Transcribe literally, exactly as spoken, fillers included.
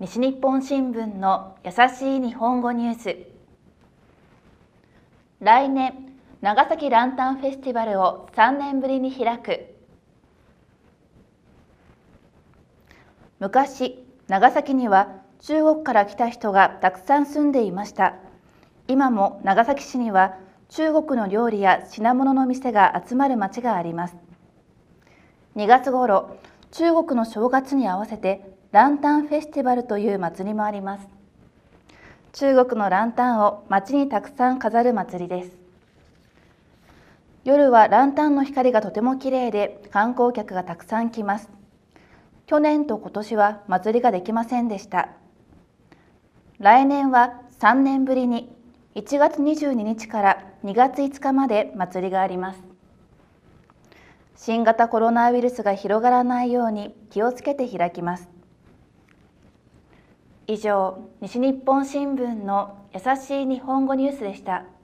西日本新聞のやさしい日本語ニュース。来年、長崎ランタンフェスティバルをさんねんぶりに開く。昔、長崎には中国から来た人がたくさん住んでいました。今も長崎市には中国の料理や品物の店が集まる町があります。にがつ頃、中国の正月に合わせてランタンフェスティバルという祭りもあります。中国のランタンを街にたくさん飾る祭りです。夜はランタンの光がとてもきれいで観光客がたくさん来ます。去年と今年は祭りができませんでした。来年はさんねんぶりにいちがつにじゅうににちからにがついつかまで祭りがあります。新型コロナウイルスが広がらないように気をつけて開きます。以上、西日本新聞のやさしい日本語ニュースでした。